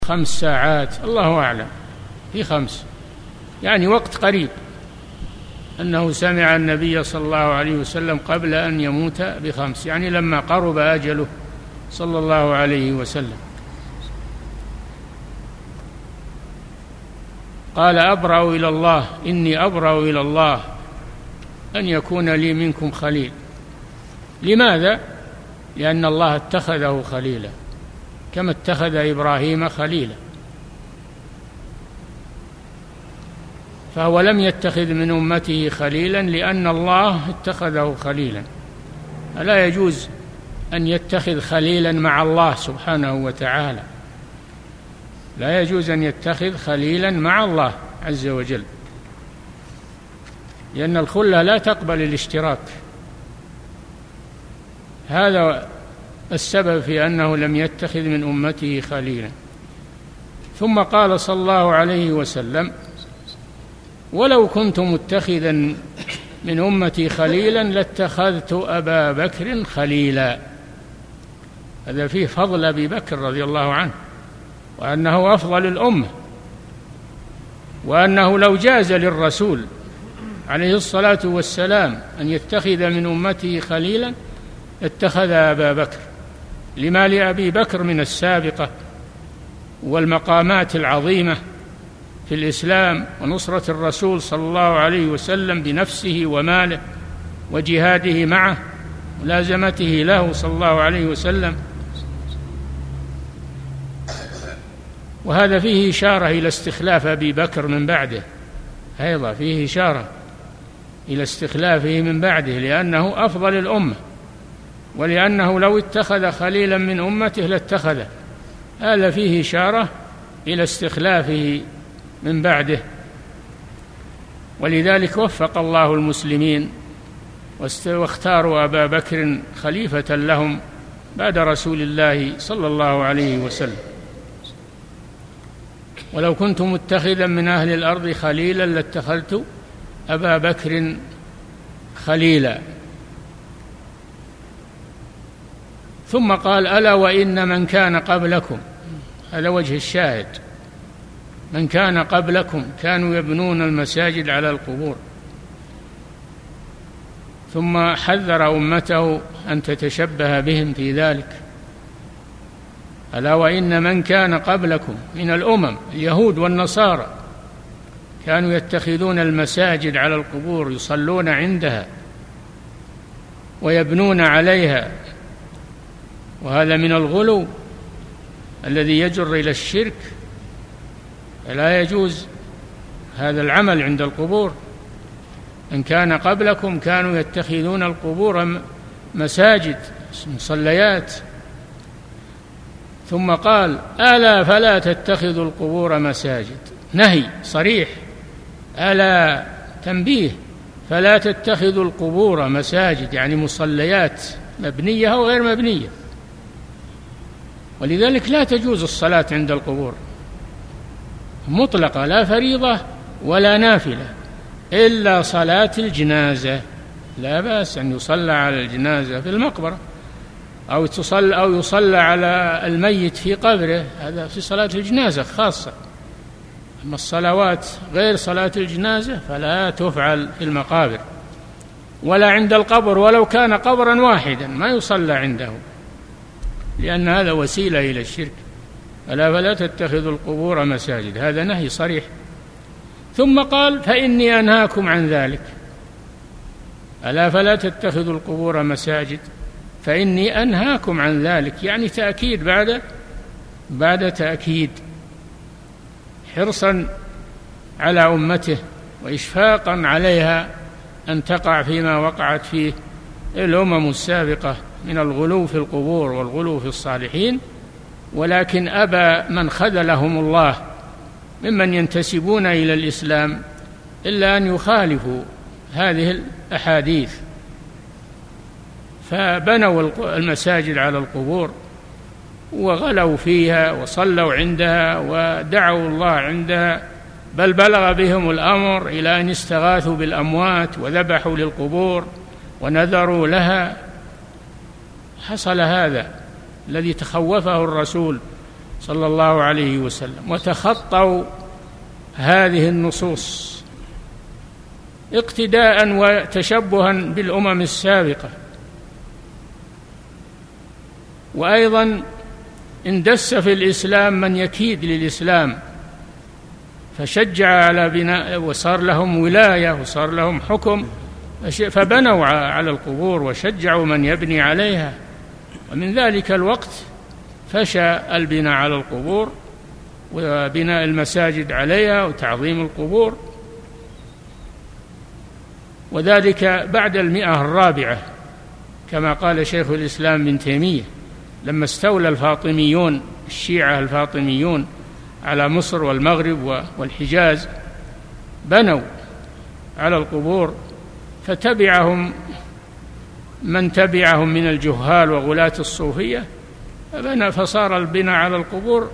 5 ساعات الله أعلم، في 5 يعني وقت قريب، أنه سمع النبي صلى الله عليه وسلم قبل أن يموت ب5 يعني لما قرب أجله صلى الله عليه وسلم. قال أبرأ إلى الله، إني أبرأ إلى الله أن يكون لي منكم خليل. لماذا؟ لأن الله اتخذه خليلا كما اتخذ إبراهيم خليلا، فهو لم يتخذ من أمته خليلا لأن الله اتخذه خليلا. ألا يجوز أن يتخذ خليلا مع الله سبحانه وتعالى، لا يجوز أن يتخذ خليلا مع الله عز وجل، لأن الخلة لا تقبل الاشتراك. هذا السبب في أنه لم يتخذ من أمته خليلا. ثم قال صلى الله عليه وسلم: ولو كنت متخذا من أمتي خليلا لاتخذت أبا بكر خليلا. هذا فيه فضل أبي بكر رضي الله عنه، وأنه أفضل الأمة، وأنه لو جاز للرسول عليه الصلاة والسلام أن يتخذ من أمته خليلا اتخذ أبا بكر، لما لأبي بكر من السابقة والمقامات العظيمة في الإسلام ونصرة الرسول صلى الله عليه وسلم بنفسه وماله وجهاده معه ولازمته له صلى الله عليه وسلم. وهذا فيه إشارة إلى استخلاف أبي بكر من بعده، أيضا فيه إشارة إلى استخلافه من بعده، لأنه أفضل الأمة، ولأنه لو اتخذ خليلا من أمته لاتخذه. هذا فيه إشارة إلى استخلافه من بعده. ولذلك وفق الله المسلمين واختاروا أبا بكر خليفة لهم بعد رسول الله صلى الله عليه وسلم. ولو كنت متخذا من أهل الأرض خليلا لاتخذت أبا بكر خليلا. ثم قال: ألا وإن من كان قبلكم، هذا وجه الشاهد، من كان قبلكم كانوا يبنون المساجد على القبور، ثم حذر أمته أن تتشبه بهم في ذلك. ألا وإن من كان قبلكم من الأمم اليهود والنصارى كانوا يتخذون المساجد على القبور، يصلون عندها ويبنون عليها، وهذا من الغلو الذي يجر إلى الشرك. فلا يجوز هذا العمل عند القبور. إن كان قبلكم كانوا يتخذون القبور مساجد مصليات. ثم قال: ألا فلا تتخذوا القبور مساجد، نهي صريح، ألا تنبيه، فلا تتخذوا القبور مساجد يعني مصليات مبنية أو غير مبنية. ولذلك لا تجوز الصلاة عند القبور مطلقة، لا فريضة ولا نافلة، إلا صلاة الجنازة. لا بأس أن يصلى على الجنازة في المقبرة، أو يصلى على الميت في قبره، هذا في صلاة الجنازة خاصة. أما الصلوات غير صلاة الجنازة فلا تفعل في المقابر ولا عند القبر، ولو كان قبرا واحدا ما يصلى عنده، لأن هذا وسيلة إلى الشرك. ألا فلا تتخذوا القبور مساجد، هذا نهي صريح. ثم قال: فإني أنهاكم عن ذلك. ألا فلا تتخذوا القبور مساجد، فإني أنهاكم عن ذلك، يعني تأكيد بعد تأكيد، حرصا على أمته وإشفاقا عليها أن تقع فيما وقعت فيه الأمم السابقة من الغلو في القبور والغلو في الصالحين. ولكن أبى من خذلهم الله ممن ينتسبون إلى الإسلام إلا أن يخالفوا هذه الأحاديث، فبنوا المساجد على القبور وغلوا فيها وصلوا عندها ودعوا الله عندها، بل بلغ بهم الأمر إلى أن استغاثوا بالأموات وذبحوا للقبور ونذروا لها. حصل هذا الذي تخوفه الرسول صلى الله عليه وسلم، وتخطوا هذه النصوص اقتداء وتشبها بالأمم السابقة. وأيضا اندس في الإسلام من يكيد للإسلام فشجع على بناء، وصار لهم ولاية وصار لهم حكم، فبنوا على القبور وشجعوا من يبني عليها. ومن ذلك الوقت فشى البناء على القبور وبناء المساجد عليها وتعظيم القبور، وذلك بعد 100 كما قال شيخ الإسلام ابن تيمية لما استولى الفاطميون الشيعة الفاطميون على مصر والمغرب والحجاز، بنوا على القبور فتبعهم من تبعهم من الجهال وغلاة الصوفية، فصار البناء على القبور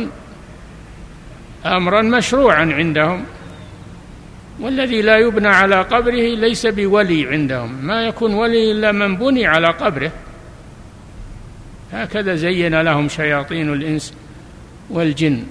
أمرا مشروعا عندهم. والذي لا يبنى على قبره ليس بولي عندهم، ما يكون ولي إلا من بني على قبره. هكذا زين لهم شياطين الإنس والجن،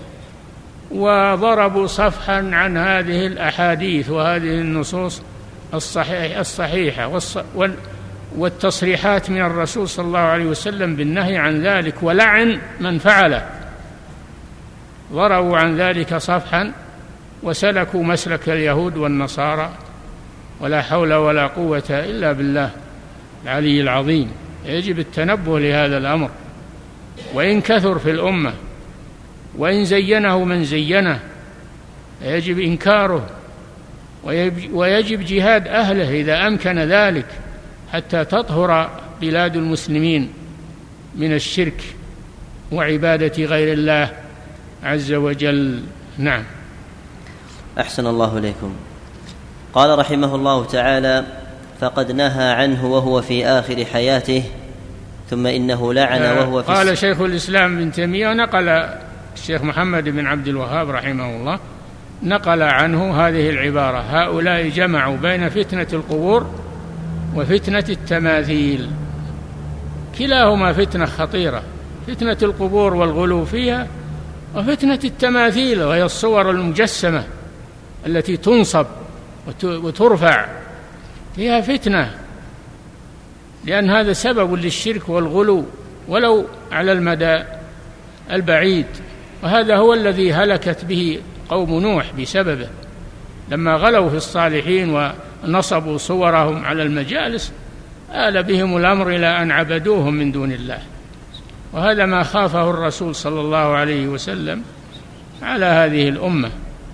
وضربوا صفحا عن هذه الأحاديث وهذه النصوص الصحيحة والتصريحات من الرسول صلى الله عليه وسلم بالنهي عن ذلك ولعن من فعله. ضربوا عن ذلك صفحا وسلكوا مسلك اليهود والنصارى، ولا حول ولا قوة إلا بالله العلي العظيم. يجب التنبه لهذا الأمر، وإن كثر في الأمة وإن زينه من زينه يجب إنكاره، ويجب جهاد أهله إذا أمكن ذلك حتى تطهر بلاد المسلمين من الشرك وعبادة غير الله عز وجل. نعم. أحسن الله إليكم. قال رحمه الله تعالى: فقد نهى عنه وهو في آخر حياته، ثم إنه لعن وهو في قال شيخ الإسلام ابن تيمية، ونقل الشيخ محمد بن عبد الوهاب رحمه الله نقل عنه هذه العبارة: هؤلاء جمعوا بين فتنة القبور وفتنة التماثيل، كلاهما فتنة خطيرة، فتنة القبور والغلو فيها، وفتنة التماثيل وهي الصور المجسمة التي تنصب وترفع، فيها فتنة، لأن هذا سبب للشرك والغلو ولو على المدى البعيد. وهذا هو الذي هلكت به قوم نوح بسببه، لما غلوا في الصالحين ونصبوا صورهم على المجالس آل بهم الأمر إلى أن عبدوهم من دون الله. وهذا ما خافه الرسول صلى الله عليه وسلم على هذه الأمة.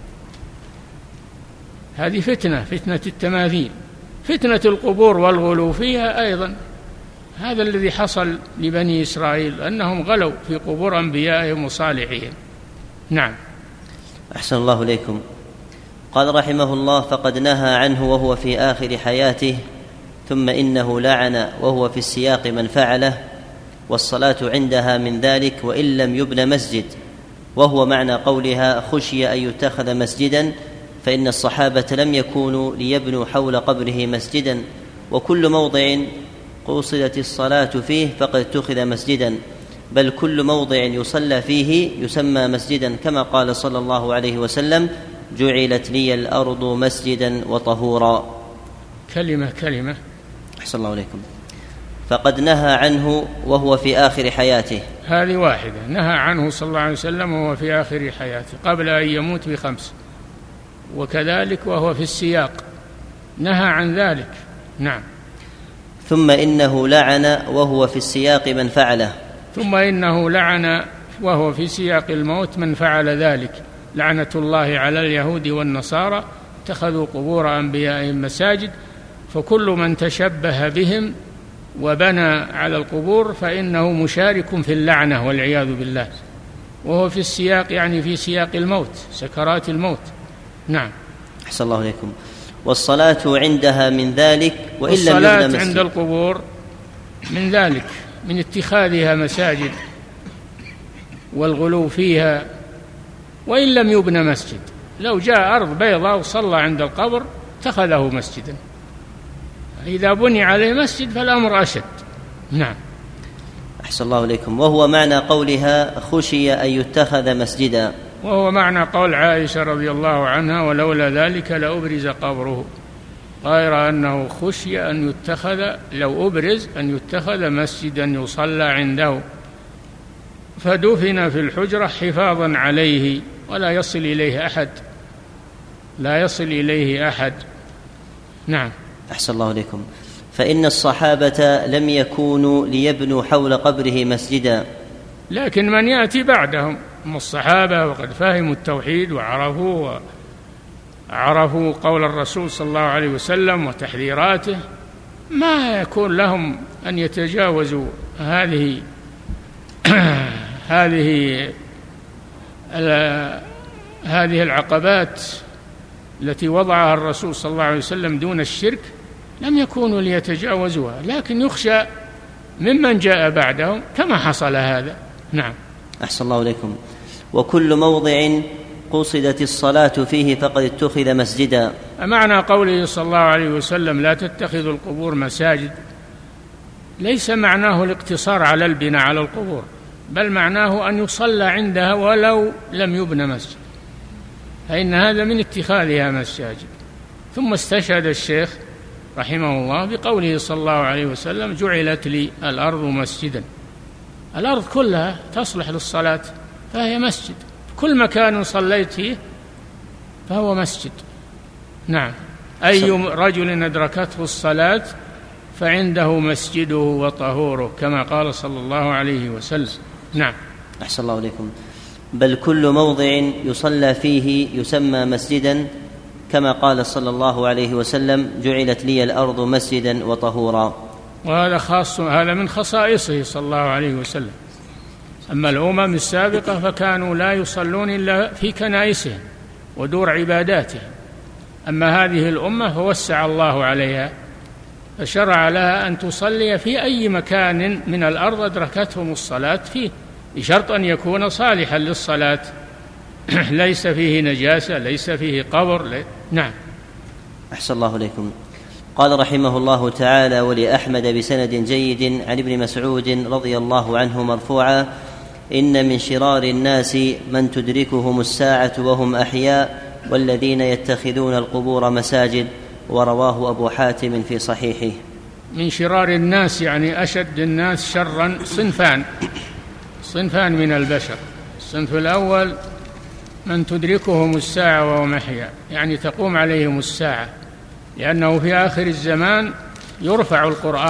هذه فتنة التماثيل. فتنة القبور والغلو فيها أيضا هذا الذي حصل لبني إسرائيل، أنهم غلوا في قبور أنبيائهم وصالحين. نعم. أحسن الله إليكم. قال رحمه الله: فقد نهى عنه وهو في آخر حياته، ثم إنه لعن وهو في السياق من فعله، والصلاة عندها من ذلك وإن لم يبن مسجد، وهو معنى قولها: خشي أن يتخذ مسجدا، فإن الصحابة لم يكونوا ليبنوا حول قبره مسجدا، وكل موضع قصدت الصلاة فيه فقد اتخذ مسجدا، بل كل موضع يصلى فيه يسمى مسجدا، كما قال صلى الله عليه وسلم: جعلت لي الأرض مسجدا وطهورا. كلمة. أحسن الله عليكم. فقد نهى عنه وهو في آخر حياته، هذه واحدة، نهى عنه صلى الله عليه وسلم وهو في آخر حياته قبل أن يموت ب5، وكذلك وهو في السياق نهى عن ذلك. نعم. ثم إنه لعن وهو في السياق من فعله، ثم إنه لعن وهو في سياق الموت من فعل ذلك، لعنة الله على اليهود والنصارى اتخذوا قبور أنبيائهم مساجد، فكل من تشبه بهم وبنى على القبور فإنه مشارك في اللعنة والعياذ بالله، وهو في السياق يعني في سياق الموت، سكرات الموت. نعم. أحسن الله عليكم. والصلاة عندها من ذلك وإن لم يبن مسجد. الصلاة عند القبور من ذلك، من اتخاذها مساجد والغلو فيها، وإن لم يبن مسجد. لو جاء أرض بيضاء وصلى عند القبر اتخذه مسجدا، إذا بني عليه مسجد فالأمر أشد. نعم. أحسن الله إليكم. وهو معنى قولها خشي أن يتخذ مسجدا. وهو معنى قول عائشة رضي الله عنها ولولا ذلك لأبرز قبره، غير أنه خشي أن يتخذ، لو أبرز أن يتخذ مسجدا يصلى عنده، فدفن في الحجرة حفاظا عليه ولا يصل إليه أحد، لا يصل إليه أحد. نعم. أحسن الله إليكم. فإن الصحابة لم يكونوا ليبنوا حول قبره مسجدا، لكن من يأتي بعدهم هم الصحابة وقد فهموا التوحيد وعرفوا قول الرسول صلى الله عليه وسلم وتحذيراته، ما يكون لهم أن يتجاوزوا هذه العقبات التي وضعها الرسول صلى الله عليه وسلم دون الشرك، لم يكونوا ليتجاوزوها، لكن يخشى ممن جاء بعدهم كما حصل هذا. نعم. أحسن الله إليكم. وكل موضع قصدت الصلاة فيه فقد اتخذ مسجدا. معنى قوله صلى الله عليه وسلم لا تتخذوا القبور مساجد ليس معناه الاقتصار على البناء على القبور، بل معناه أن يصلى عندها ولو لم يبنى مسجد، فإن هذا من اتخاذها مساجد. ثم استشهد الشيخ رحمه الله بقوله صلى الله عليه وسلم جعلت لي الأرض مسجدا. الأرض كلها تصلح للصلاة فهي مسجد، كل مكان صليت فيه فهو مسجد. نعم. أي رجل أدركته الصلاة فعنده مسجده وطهوره كما قال صلى الله عليه وسلم. نعم. أحسن الله إليكم. بل كل موضع يصلى فيه يسمى مسجدا كما قال صلى الله عليه وسلم جعلت لي الأرض مسجدا وطهورا. وهذا خاص، هذا من خصائصه صلى الله عليه وسلم. أما الأمم السابقة فكانوا لا يصلون إلا في كنائسهم ودور عباداتهم، أما هذه الأمة فوسع الله عليها فشرع لها أن تصلي في أي مكان من الأرض أدركتهم الصلاة فيه، بشرط أن يكون صالحا للصلاة ليس فيه نجاسة ليس فيه قبر. نعم. أحسن الله إليكم. قال رحمه الله تعالى ولأحمد بسند جيد عن ابن مسعود رضي الله عنه مرفوعا إن من شرار الناس من تدركهم الساعة وهم أحياء والذين يتخذون القبور مساجد. ورواه أبو حاتم في صحيحه. من شرار الناس يعني أشد الناس شرا صنفان من البشر. الصنف الأول من تدركهم الساعة وهم أحياء، يعني تقوم عليهم الساعة، لأنه في آخر الزمان يرفع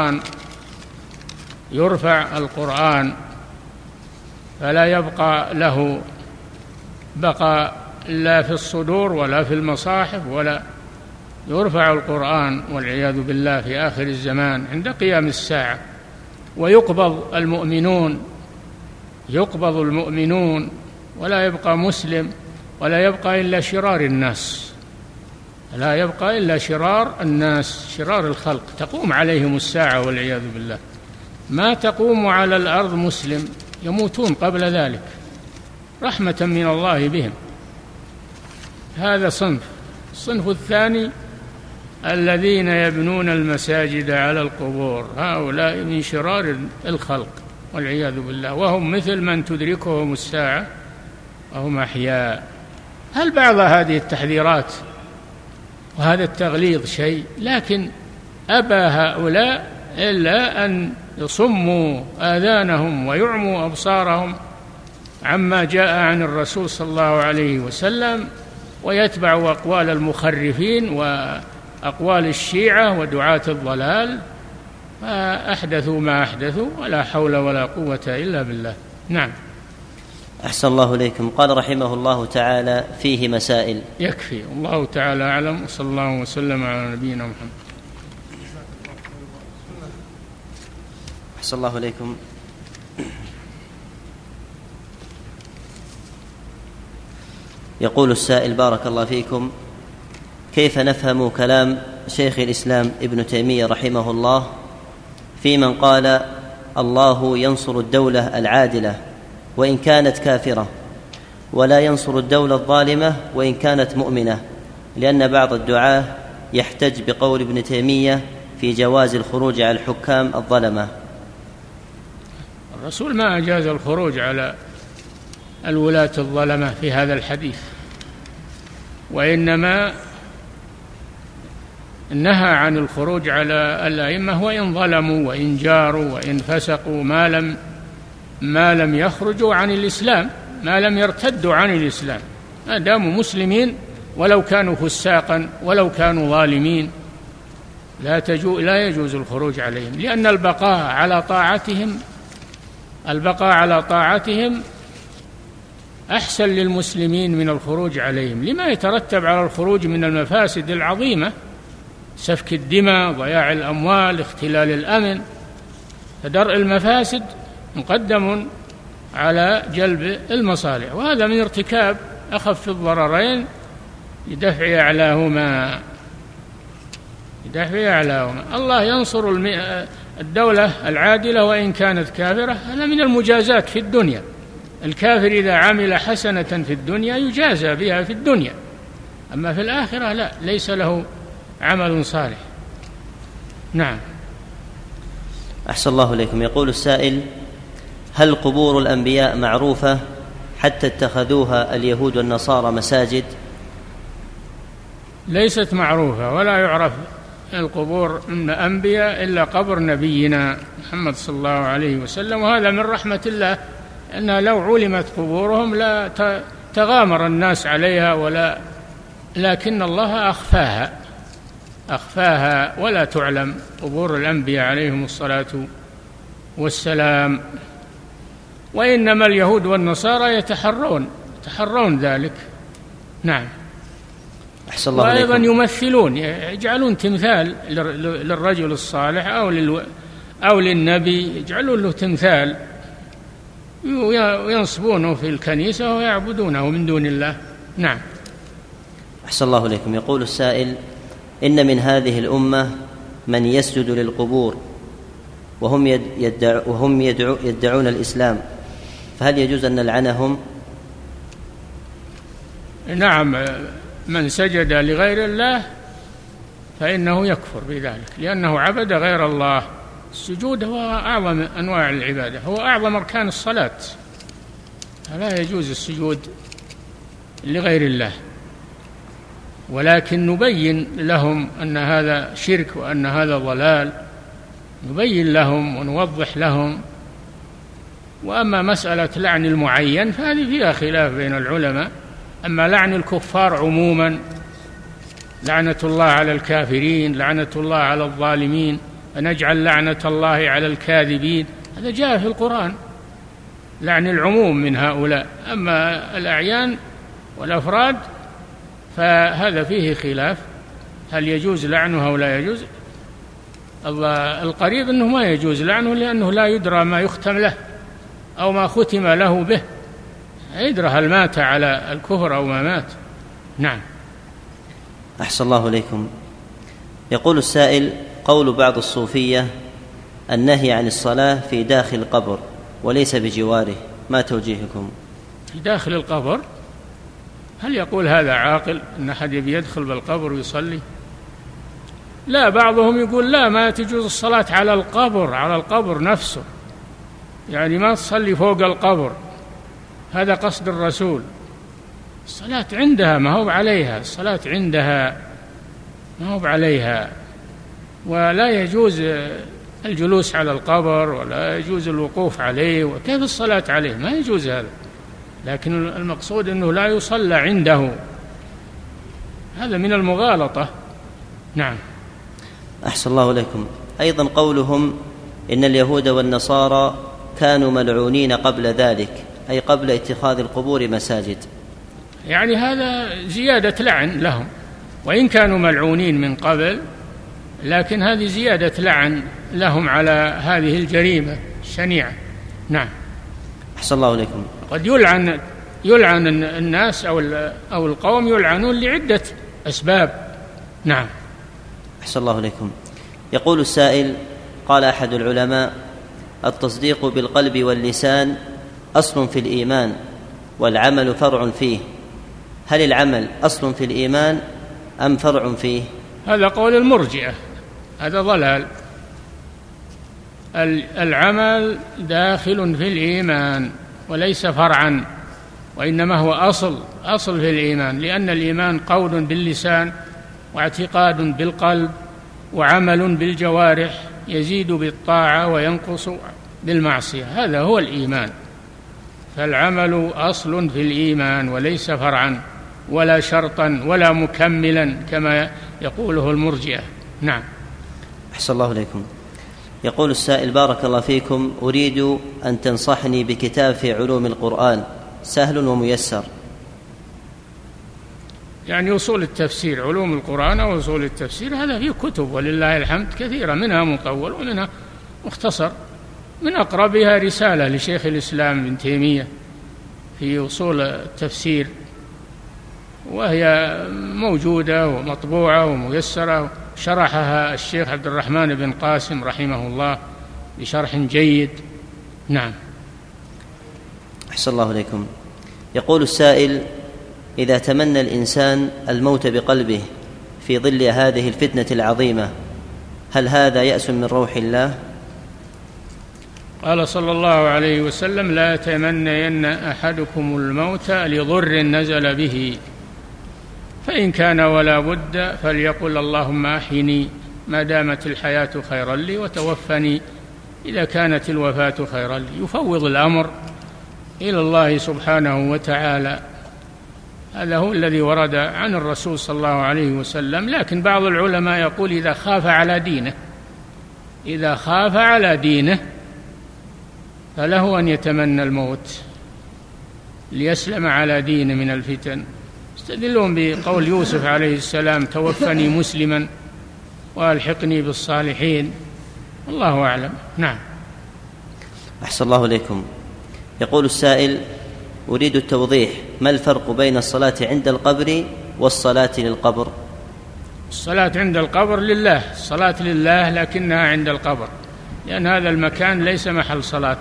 القرآن فلا يبقى له بقى لا في الصدور ولا في المصاحف، ولا يرفع القرآن والعياذ بالله في آخر الزمان عند قيام الساعة، ويقبض المؤمنون ولا يبقى مسلم ولا يبقى إلا شرار الناس، لا يبقى إلا شرار الناس، شرار الخلق تقوم عليهم الساعة والعياذ بالله. ما تقوم على الأرض مسلم، يموتون قبل ذلك رحمة من الله بهم. هذا صنف. الصنف الثاني الذين يبنون المساجد على القبور، هؤلاء من شرار الخلق والعياذ بالله، وهم مثل من تدركهم الساعة وهم أحياء. هل بعض هذه التحذيرات وهذا التغليظ شيء، لكن أبى هؤلاء إلا أن يصموا آذانهم ويعموا أبصارهم عما جاء عن الرسول صلى الله عليه وسلم، ويتبعوا أقوال المخرفين وأقوال الشيعة ودعاة الضلال، فأحدثوا ما أحدثوا ولا حول ولا قوة إلا بالله. نعم. أحسن الله إليكم. قال رحمه الله تعالى فيه مسائل. يكفي. الله تعالى أعلم، وصلى الله وسلم على نبينا محمد. أحسن الله إليكم. يقول السائل بارك الله فيكم: كيف نفهم كلام شيخ الإسلام ابن تيمية رحمه الله في من قال الله ينصر الدولة العادلة وإن كانت كافرة، ولا ينصر الدولة الظالمة وإن كانت مؤمنة، لأن بعض الدعاة يحتج بقول ابن تيمية في جواز الخروج على الحكام الظلمة؟ الرسول ما أجاز الخروج على الولاة الظلمة في هذا الحديث، وإنما نهى عن الخروج على الأئمة وإن ظلموا وإن جاروا وإن فسقوا ما لم يخرجوا عن الإسلام، ما لم يرتدوا عن الإسلام، ما داموا مسلمين ولو كانوا فساقا ولو كانوا ظالمين لا يجوز الخروج عليهم، لأن البقاء على طاعتهم أحسن للمسلمين من الخروج عليهم، لما يترتب على الخروج من المفاسد العظيمة: سفك الدماء، ضياع الأموال، اختلال الأمن. فدرء المفاسد مقدم على جلب المصالح، وهذا من ارتكاب أخف الضررين لدفع أعلاهما. الله ينصر الدولة العادلة وإن كانت كافرة، هذا من المجازات في الدنيا. الكافر إذا عمل حسنة في الدنيا يجازى بها في الدنيا، أما في الآخرة لا، ليس له عمل صالح. نعم. أحسن الله إليكم. يقول السائل: هل قبور الأنبياء معروفة حتى اتخذوها اليهود والنصارى مساجد؟ ليست معروفة، ولا يعرف القبور من أنبياء إلا قبر نبينا محمد صلى الله عليه وسلم، وهذا من رحمة الله، أن لو علمت قبورهم لا تغامر الناس عليها، لكن الله أخفاها ولا تعلم قبور الأنبياء عليهم الصلاة والسلام. وإنما اليهود والنصارى يتحرون ذلك. نعم. أحسن الله وأيضا عليكم. يمثلون، يجعلون تمثال للرجل الصالح أو للنبي، يجعلون له تمثال وينصبونه في الكنيسة ويعبدونه من دون الله. نعم. أحسن الله إليكم. يقول السائل: إن من هذه الأمة من يسجد للقبور وهم يدعون الإسلام، فهل يجوز أن نلعنهم؟ نعم، من سجد لغير الله فإنه يكفر بذلك، لأنه عبد غير الله. السجود هو أعظم أنواع العبادة، هو أعظم أركان الصلاة، فلا يجوز السجود لغير الله. ولكن نبين لهم أن هذا شرك وأن هذا ضلال، نبين لهم ونوضح لهم. وأما مسألة لعن المعين فهذه فيها خلاف بين العلماء. أما لعن الكفار عموما، لعنة الله على الكافرين، لعنة الله على الظالمين، فنجعل لعنة الله على الكاذبين، هذا جاء في القرآن، لعن العموم من هؤلاء. أما الأعيان والأفراد فهذا فيه خلاف، هل يجوز لعنه أو لا يجوز؟ القريب أنه ما يجوز لعنه، لأنه لا يدرى ما يختم له أو ما ختم له به، يدرى هل مات على الكفر أو ما مات. نعم. أحسن الله إليكم. يقول السائل: قول بعض الصوفية النهي عن الصلاة في داخل القبر وليس بجواره، ما توجيهكم؟ في داخل القبر؟ هل يقول هذا عاقل أن أحد يدخل بالقبر ويصلي؟ لا، بعضهم يقول لا، ما تجوز الصلاة على القبر نفسه، يعني ما تصلي فوق القبر، هذا قصد الرسول. الصلاة عندها ما هو عليها، الصلاة عندها ما هو عليها، ولا يجوز الجلوس على القبر ولا يجوز الوقوف عليه، وكيف الصلاة عليه؟ ما يجوز هذا. لكن المقصود أنه لا يصلى عنده، هذا من المغالطة. نعم. أحسن الله إليكم. أيضا قولهم إن اليهود والنصارى كانوا ملعونين قبل ذلك، أي قبل اتخاذ القبور مساجد، يعني هذا زيادة لعن لهم، وإن كانوا ملعونين من قبل لكن هذه زيادة لعن لهم على هذه الجريمة الشنيعة. نعم. أحسن الله إليكم. قد يلعن الناس أو القوم يلعنون لعدة أسباب. نعم. أحسن الله إليكم. يقول السائل: قال أحد العلماء: التصديق بالقلب واللسان أصل في الإيمان والعمل فرع فيه، هل العمل أصل في الإيمان أم فرع فيه؟ هذا قول المرجئة، هذا ضلال. العمل داخل في الإيمان وليس فرعا، وإنما هو أصل في الإيمان، لأن الإيمان قول باللسان واعتقاد بالقلب وعمل بالجوارح، يزيد بالطاعة وينقص بالمعصية، هذا هو الإيمان. فالعمل أصل في الإيمان وليس فرعا ولا شرطا ولا مكملا كما يقوله المرجئة. نعم. أحسن الله إليكم. يقول السائل: بارك الله فيكم، أريد أن تنصحني بكتاب في علوم القرآن سهل وميسر. يعني أصول التفسير، علوم القرآن أو أصول التفسير، هذا فيه كتب ولله الحمد كثيرة، منها مطول ومنها مختصر. من أقربها رسالة لشيخ الإسلام ابن تيمية في أصول التفسير، وهي موجودة ومطبوعة وميسرة، شرحها الشيخ عبد الرحمن بن قاسم رحمه الله بشرح جيد. نعم. أحسن الله إليكم. يقول السائل: إذا تمنى الإنسان الموت بقلبه في ظل هذه الفتنة العظيمة، هل هذا يأس من روح الله؟ قال صلى الله عليه وسلم: لا يتمنين أحدكم الموت لضر نزل به، فإن كان ولا بد فليقل اللهم أحيني ما دامت الحياة خيرا لي، وتوفني إذا كانت الوفاة خيرا لي. يفوض الأمر إلى الله سبحانه وتعالى، هذا هو الذي ورد عن الرسول صلى الله عليه وسلم. لكن بعض العلماء يقول إذا خاف على دينه فله أن يتمنى الموت ليسلم على دينه من الفتن. يستدلون بقول يوسف عليه السلام: توفني مسلما وألحقني بالصالحين. الله أعلم. نعم. أحسن الله إليكم. يقول السائل: أريد التوضيح، ما الفرق بين الصلاة عند القبر والصلاة للقبر؟ الصلاة عند القبر لله، الصلاة لله لكنها عند القبر، لأن هذا المكان ليس محل صلاة.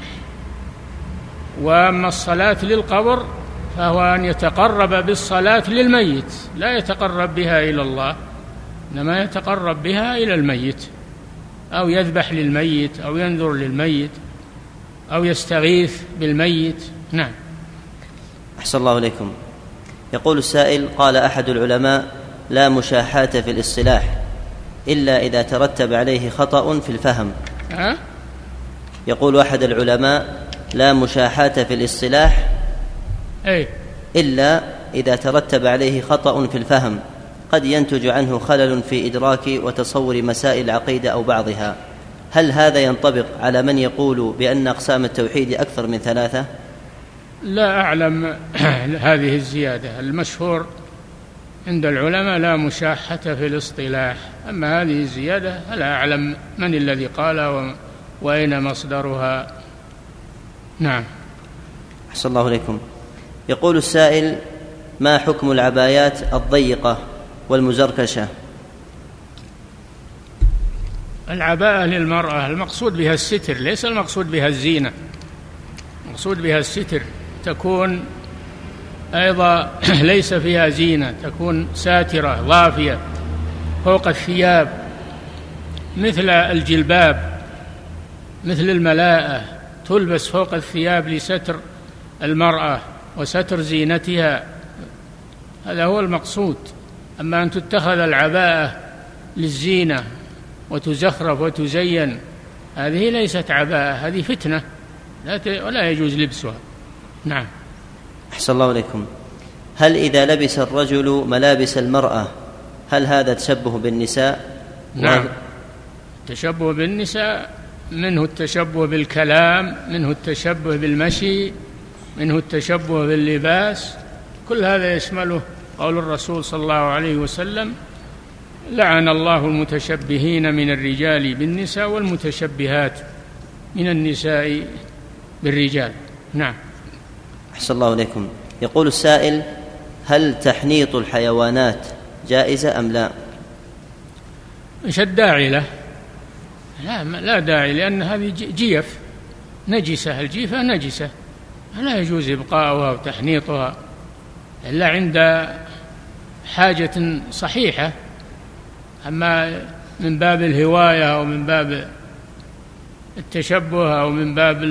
وأما الصلاة للقبر فهو أن يتقرب بالصلاة للميت، لا يتقرب بها إلى الله، إنما يتقرب بها إلى الميت، أو يذبح للميت، أو ينذر للميت، أو يستغيث بالميت. نعم. أحسن الله إليكم. يقول السائل: قال أحد العلماء: لا مشاحة في الاصطلاح إلا إذا ترتب عليه خطأ في الفهم. يقول أحد العلماء: لا مشاحة في الاصطلاح إلا إذا ترتب عليه خطأ في الفهم، قد ينتج عنه خلل في إدراك وتصور مسائل العقيدة أو بعضها. هل هذا ينطبق على من يقول بأن أقسام التوحيد أكثر من 3؟ لا أعلم هذه الزيادة. المشهور عند العلماء لا مشاحة في الاصطلاح، أما هذه الزيادة لا أعلم من الذي قال وأين مصدرها. نعم. أحسن الله إليكم. يقول السائل: ما حكم العبايات الضيقة والمزركشة؟ العباءة للمرأة المقصود بها الستر، ليس المقصود بها الزينة، المقصود بها الستر، تكون أيضا ليس فيها زينة، تكون ساترة ضافية فوق الثياب، مثل الجلباب، مثل الملاءة، تلبس فوق الثياب لستر المرأة وستر زينتها، هذا هو المقصود. أما أن تتخذ العباءة للزينة وتزخرف وتزين، هذه ليست عباءة، هذه فتنة ولا يجوز لبسها. نعم. أحسن الله إليكم. هل إذا لبس الرجل ملابس المرأة هل هذا تشبه بالنساء؟ نعم. التشبه بالنساء منه التشبه بالكلام، منه التشبه بالمشي، منه التشبه باللباس، كل هذا يشمله قول الرسول صلى الله عليه وسلم: لعن الله المتشبهين من الرجال بالنساء والمتشبهات من النساء بالرجال. نعم. أحسن الله إليكم. يقول السائل: هل تحنيط الحيوانات جائزة أم لا؟ مش الداعي له؟ لا داعي، لأن هذه جيف نجسة، الجيفة نجسة، لا يجوز إبقاؤها وتحنيطها إلا عند حاجة صحيحة. أما من باب الهواية أو من باب التشبه أو من باب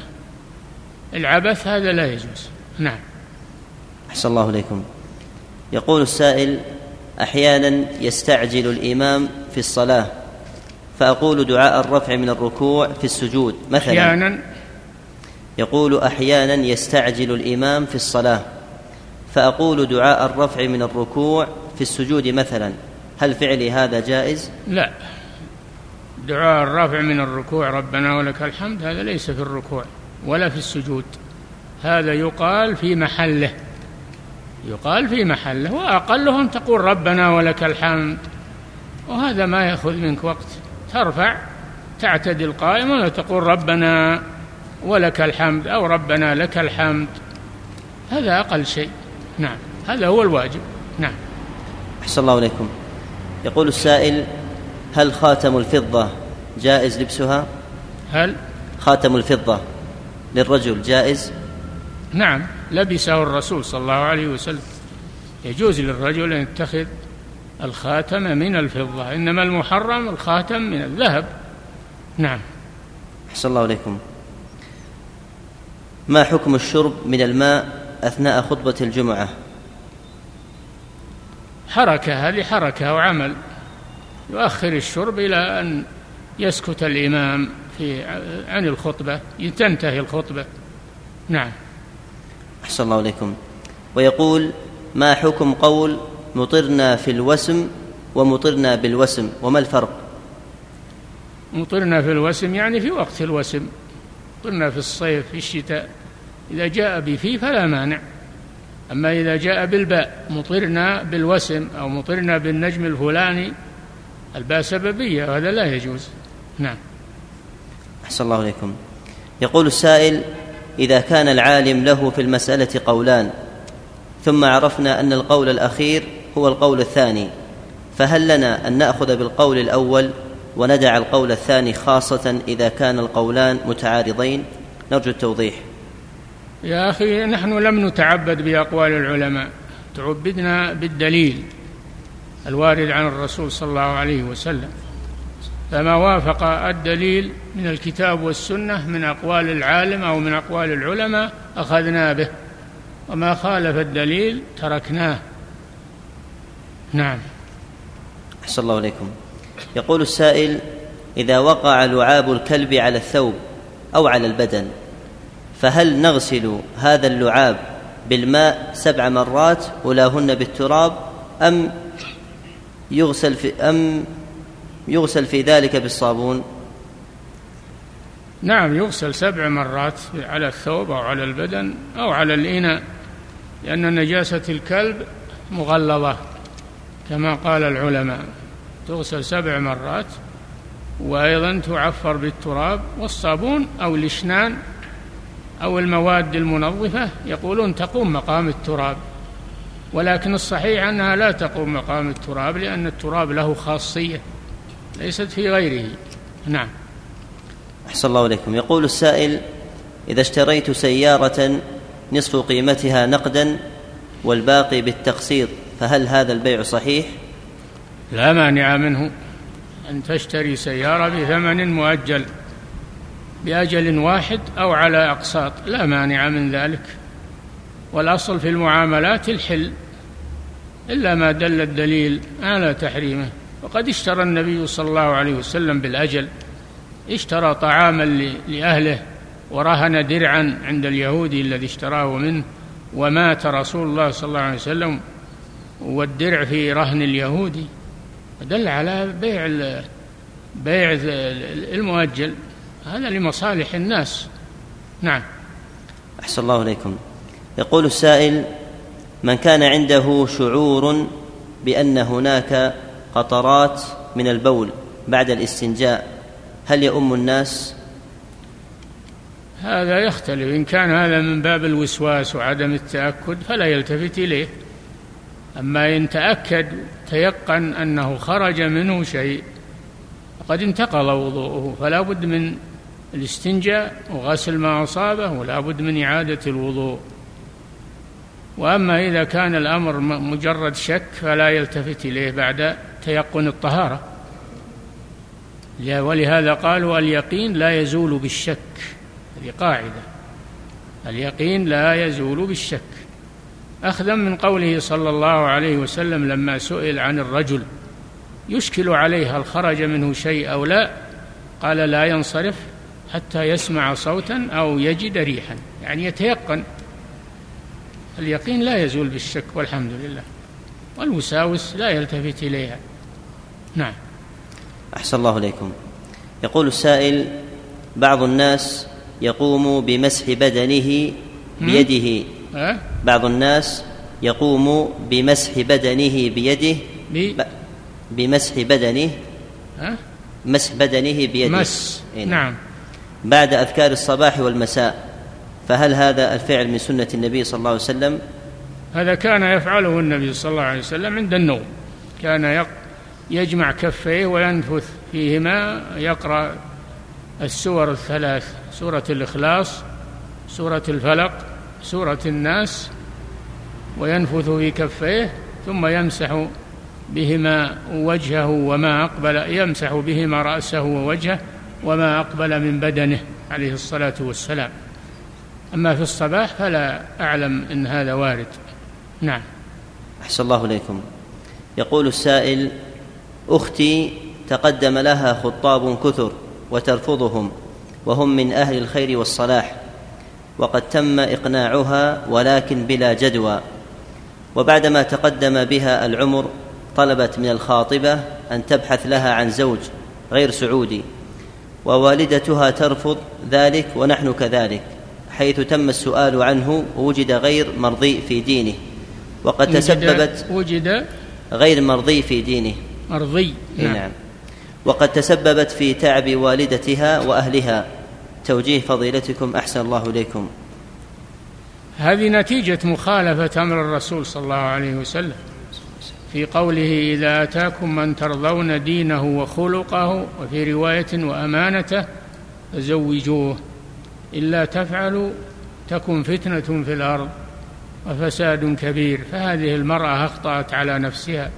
العبث هذا لا يجوز. نعم. أحسن الله إليكم. يقول السائل: أحيانا يستعجل الإمام في الصلاة فأقول دعاء الرفع من الركوع في السجود مثلا. يقول: أحيانا يستعجل الإمام في الصلاة فأقول دعاء الرفع من الركوع في السجود مثلا، هل فعلي هذا جائز؟ لا، دعاء الرفع من الركوع ربنا ولك الحمد هذا ليس في الركوع ولا في السجود، هذا يقال في محله، يقال في محله، وأقلهم تقول ربنا ولك الحمد، وهذا ما يأخذ منك وقت، ترفع تعتدل قائما وتقول ربنا ولك الحمد أو ربنا لك الحمد، هذا أقل شيء. نعم، هذا هو الواجب. نعم. أحسن الله إليكم. يقول السائل: هل خاتم الفضة جائز لبسها؟ هل خاتم الفضة للرجل جائز؟ نعم، لبسه الرسول صلى الله عليه وسلم، يجوز للرجل أن يتخذ الخاتم من الفضة، إنما المحرم الخاتم من الذهب. نعم. أحسن الله إليكم. ما حكم الشرب من الماء أثناء خطبة الجمعة؟ حركة، هذه حركة وعمل، يؤخر الشرب إلى أن يسكت الإمام عن الخطبة، تنتهي الخطبة. نعم. أحسن الله إليكم. ويقول: ما حكم قول مطرنا في الوسم ومطرنا بالوسم، وما الفرق؟ مطرنا في الوسم يعني في وقت الوسم، مطرنا في الصيف في الشتاء، إذا جاء بفي فلا مانع، أما إذا جاء بالباء مطرنا بالوسم أو مطرنا بالنجم الفلاني الباء سببية، وهذا لا يجوز. نعم. أحسن الله إليكم. يقول السائل: إذا كان العالم له في المسألة قولان ثم عرفنا أن القول الأخير هو القول الثاني، فهل لنا أن نأخذ بالقول الأول وندع القول الثاني، خاصة إذا كان القولان متعارضين؟ نرجو التوضيح. يا أخي، نحن لم نتعبد بأقوال العلماء، تعبدنا بالدليل الوارد عن الرسول صلى الله عليه وسلم، فما وافق الدليل من الكتاب والسنة من أقوال العالم أو من أقوال العلماء أخذنا به، وما خالف الدليل تركناه. نعم. أحسن الله إليكم. يقول السائل: إذا وقع لعاب الكلب على الثوب أو على البدن، فهل نغسل هذا اللعاب بالماء 7 مرات أولاهن بالتراب، أم يغسل في ذلك بالصابون؟ نعم، يغسل 7 مرات على الثوب أو على البدن أو على الإناء، لأن نجاسة الكلب مغلظة كما قال العلماء، تغسل 7 مرات، وأيضا تعفر بالتراب والصابون أو الإشنان أو المواد المنظفة، يقولون تقوم مقام التراب، ولكن الصحيح أنها لا تقوم مقام التراب، لأن التراب له خاصية ليست في غيره. نعم. أحسن الله إليكم. يقول السائل: إذا اشتريت سيارة نصف قيمتها نقدا والباقي بالتقسيط، فهل هذا البيع صحيح؟ لا مانع منه أن تشتري سيارة بثمن مؤجل بأجل واحد أو على أقساط، لا مانع من ذلك، والأصل في المعاملات الحل إلا ما دل الدليل على تحريمه. وقد اشترى النبي صلى الله عليه وسلم بالأجل، اشترى طعاما لأهله ورهن درعا عند اليهودي الذي اشتراه منه، ومات رسول الله صلى الله عليه وسلم والدرع في رهن اليهودي، ودل على بيع المؤجل، هذا لمصالح الناس. نعم. أحسن الله إليكم. يقول السائل: من كان عنده شعور بأن هناك قطرات من البول بعد الاستنجاء، هل يؤم الناس؟ هذا يختلف، إن كان هذا من باب الوسواس وعدم التأكد فلا يلتفت إليه، أما إن تأكد تيقن أنه خرج منه شيء وقد انتقض وضوءه فلا بد من الاستنجاء وغسل ما أصابه، ولا بد من إعادة الوضوء. وأما إذا كان الأمر مجرد شك فلا يلتفت إليه بعد تيقن الطهارة. ولهذا قالوا اليقين لا يزول بالشك، هذه قاعدة، اليقين لا يزول بالشك، أخذا من قوله صلى الله عليه وسلم لما سئل عن الرجل يشكل عليه هل خرج منه شيء أو لا، قال لا ينصرف حتى يسمع صوتا أو يجد ريحا، يعني يتيقن. اليقين لا يزول بالشك والحمد لله، والوساوس لا يلتفت إليها. نعم. أحسن الله إليكم. يقول السائل: بعض الناس يقوم بمسح بدنه بيده. بعض الناس يقوم بمسح بدنه بيده بمسح بدنه مسح بدنه بيده. نعم. بعد أذكار الصباح والمساء، فهل هذا الفعل من سنة النبي صلى الله عليه وسلم؟ هذا كان يفعله النبي صلى الله عليه وسلم عند النوم، كان يجمع كفيه وينفث فيهما، يقرأ السور الثلاث: سورة الإخلاص، سورة الفلق، سورة الناس، وينفث في كفيه، ثم يمسح بهما وجهه وما أقبل، يمسح بهما رأسه ووجهه وما أقبل من بدنه عليه الصلاة والسلام. أما في الصباح فلا أعلم إن هذا وارد. نعم. أحسن الله إليكم. يقول السائل: أختي تقدم لها خطاب كثر وترفضهم، وهم من أهل الخير والصلاح، وقد تم إقناعها ولكن بلا جدوى، وبعدما تقدم بها العمر طلبت من الخاطبة أن تبحث لها عن زوج غير سعودي، ووالدتها ترفض ذلك ونحن كذلك، حيث تم السؤال عنه ووجد غير مرضي في دينه، وقد تسببت وجد غير مرضي في دينه مرضي. نعم. وقد تسببت في تعب والدتها وأهلها، توجيه فضيلتكم أحسن الله إليكم. هذه نتيجة مخالفة أمر الرسول صلى الله عليه وسلم في قوله: إذا أتاكم من ترضون دينه وخلقه، وفي رواية: وأمانته فزوجوه، إلا تفعلوا تكن فتنة في الأرض وفساد كبير. فهذه المرأة أخطأت على نفسها،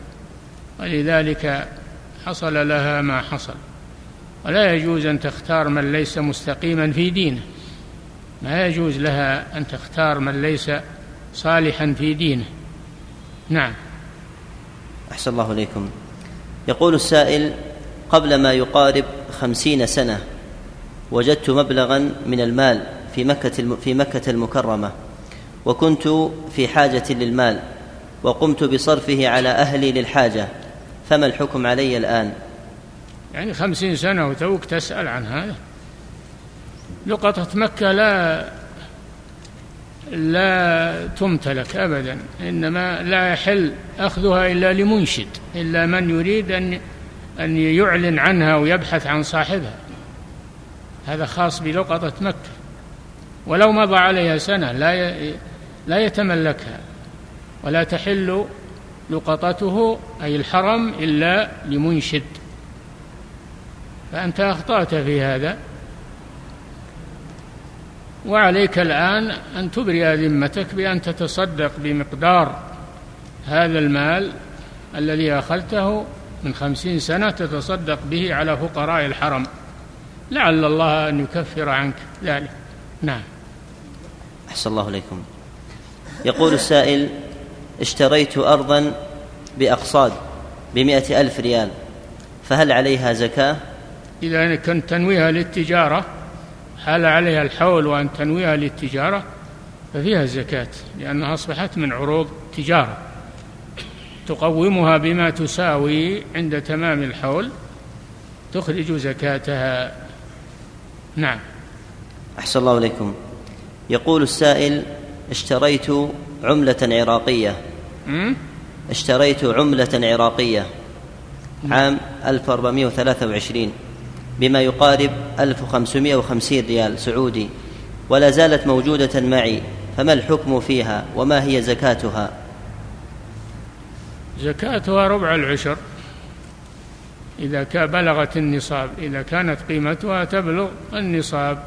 ولذلك حصل لها ما حصل. ولا يجوز أن تختار من ليس مستقيما في دينه، ما يجوز لها أن تختار من ليس صالحا في دينه. نعم. أحسن الله إليكم. يقول السائل: قبل ما يقارب 50 سنة وجدت مبلغا من المال في مكة المكرمة، وكنت في حاجة للمال، وقمت بصرفه على أهلي للحاجة، فما الحكم علي الآن؟ يعني 50 سنة وتوك تسأل عن هذا؟ لقطة مكة لا تمتلك أبدا، إنما لا يحل أخذها إلا لمنشد، إلا من يريد أن يعلن عنها ويبحث عن صاحبها، هذا خاص بلقطة مكة. ولو مضى عليها سنة لا يتملكها، ولا تحل لقطته أي الحرم إلا لمنشد. فأنت أخطأت في هذا، وعليك الآن أن تبرئ ذمتك بأن تتصدق بمقدار هذا المال الذي أخذته من 50 سنة، تتصدق به على فقراء الحرم، لعل الله أن يكفر عنك ذلك. نعم. أحسن الله إليكم. يقول السائل: اشتريت أرضا بأقصاد ب100,000 ريال، فهل عليها زكاة؟ إذا كنت تنويها للتجارة، حال عليها الحول وأن تنويها للتجارة، ففيها الزكاة، لأنها أصبحت من عروض تجارة، تقومها بما تساوي عند تمام الحول، تخرج زكاتها. نعم. أحسن الله إليكم. يقول السائل: اشتريت عملة عراقية عام 1423 بما يقارب 1550 ريال سعودي، ولا زالت موجودة معي، فما الحكم فيها وما هي زكاتها؟ زكاتها ربع العشر إذا بلغت النصاب، إذا كانت قيمتها تبلغ النصاب،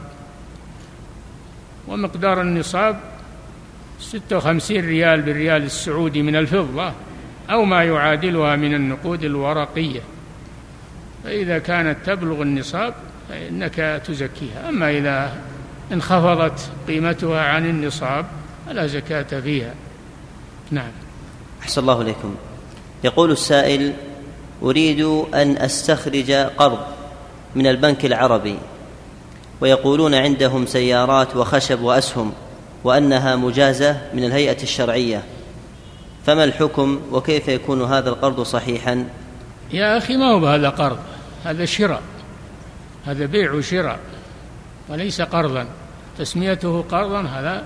ومقدار النصاب 56 ريال بالريال السعودي من الفضة، أو ما يعادلها من النقود الورقية. فإذا كانت تبلغ النصاب فإنك تزكيها. أما إذا انخفضت قيمتها عن النصاب فلا زكاة فيها. نعم. أحسن الله إليكم. يقول السائل: أريد أن أستخرج قرض من البنك العربي، ويقولون عندهم سيارات وخشب وأسهم، وأنها مجازة من الهيئة الشرعية، فما الحكم وكيف يكون هذا القرض صحيحا؟ يا أخي، ما هو بهذا قرض، هذا شراء، هذا بيع وشراء وليس قرضا. تسميته قرضا هذا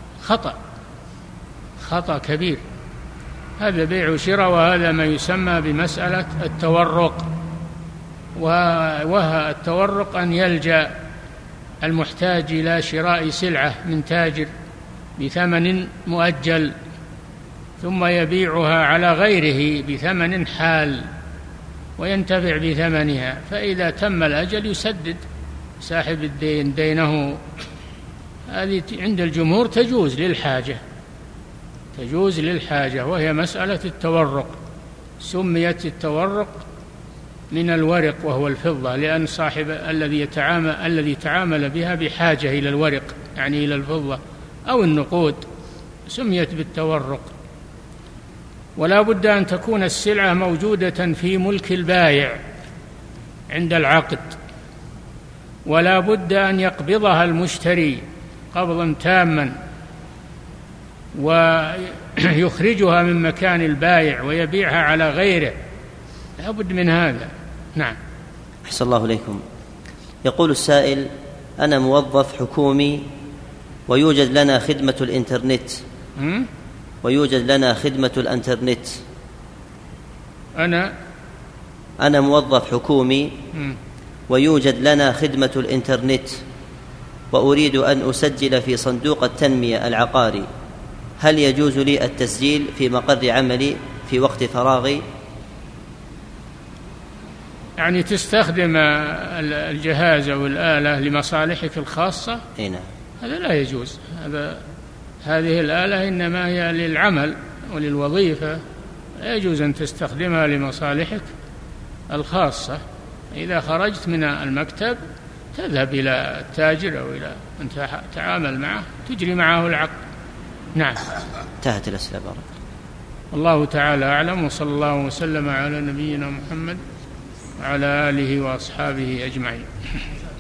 خطأ كبير. هذا بيع وشراء، وهذا ما يسمى بمسألة التورق. وهو التورق أن يلجأ المحتاج إلى شراء سلعة من تاجر بثمن مؤجل ثم يبيعها على غيره بثمن حال وينتفع بثمنها، فإذا تم الأجل يسدد صاحب الدين دينه. هذه عند الجمهور تجوز للحاجة، وهي مسألة التورق. سميت التورق من الورق وهو الفضة، لأن صاحب الذي تعامل بها بحاجة إلى الورق، يعني إلى الفضة أو النقود، سميت بالتورق. ولا بد أن تكون السلعة موجودة في ملك البائع عند العقد، ولا بد أن يقبضها المشتري قبضا تاما ويخرجها من مكان البائع ويبيعها على غيره، لا بد من هذا. نعم. أحسن الله إليكم. يقول السائل: أنا موظف حكومي ويوجد لنا خدمة الإنترنت أنا موظف حكومي ويوجد لنا خدمة الإنترنت، وأريد أن أسجل في صندوق التنمية العقاري، هل يجوز لي التسجيل في مقر عملي في وقت فراغي؟ يعني تستخدم الجهاز أو الآلة لمصالحك الخاصة؟ نعم. هذا لا يجوز. هذه الآلة إنما هي للعمل وللوظيفة، لا يجوز أن تستخدمها لمصالحك الخاصة. إذا خرجت من المكتب تذهب إلى التاجر أو إلى من تعامل معه تجري معه العقد. نعم. انتهت الأسئلة. بارك الله تعالى أعلم، وصلى الله وسلم على نبينا محمد وعلى آله وأصحابه أجمعين.